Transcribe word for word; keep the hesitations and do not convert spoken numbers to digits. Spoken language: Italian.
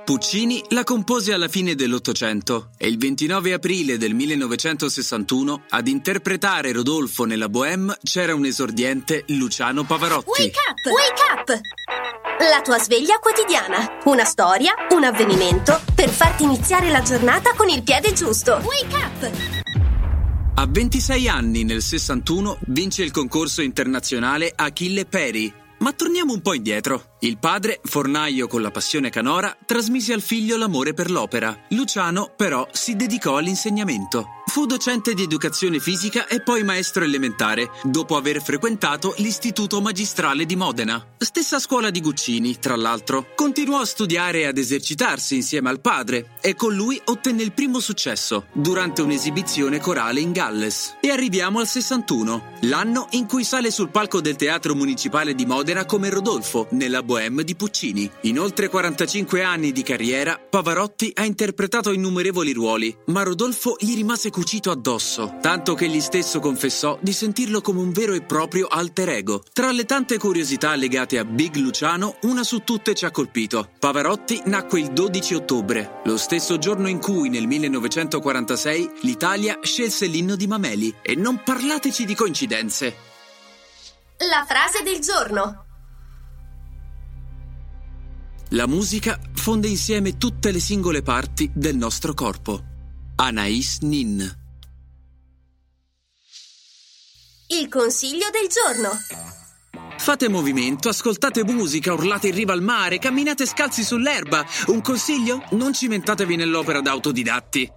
Puccini la compose alla fine dell'Ottocento e il ventinove aprile del millenovecentosessantuno ad interpretare Rodolfo nella Bohème c'era un esordiente, Luciano Pavarotti. Wake up! Wake up! La tua sveglia quotidiana. Una storia, un avvenimento per farti iniziare la giornata con il piede giusto. Wake up! A ventisei anni, nel sessantuno, vince il concorso internazionale Achille Peri. Ma torniamo un po' indietro. Il padre, fornaio con la passione canora, trasmise al figlio l'amore per l'opera. Luciano, però, si dedicò all'insegnamento. Fu docente di educazione fisica e poi maestro elementare, dopo aver frequentato l'Istituto Magistrale di Modena. Stessa scuola di Guccini, tra l'altro. Continuò a studiare e ad esercitarsi insieme al padre e con lui ottenne il primo successo, durante un'esibizione corale in Galles. E arriviamo al sessantuno, l'anno in cui sale sul palco del Teatro Municipale di Modena come Rodolfo, nella Bohème di Puccini. In oltre quarantacinque anni di carriera, Pavarotti ha interpretato innumerevoli ruoli, ma Rodolfo gli rimase cucito addosso, tanto che egli stesso confessò di sentirlo come un vero e proprio alter ego. Tra le tante curiosità legate a Big Luciano, una su tutte ci ha colpito. Pavarotti nacque il dodici ottobre, lo stesso giorno in cui nel millenovecentoquarantasei l'Italia scelse l'inno di Mameli. E non parlateci di coincidenze. La frase del giorno. La musica fonde insieme tutte le singole parti del nostro corpo. Anaïs Nin. Il consiglio del giorno. Fate movimento, ascoltate musica, urlate in riva al mare, camminate scalzi sull'erba. Un consiglio? Non cimentatevi nell'opera da autodidatti.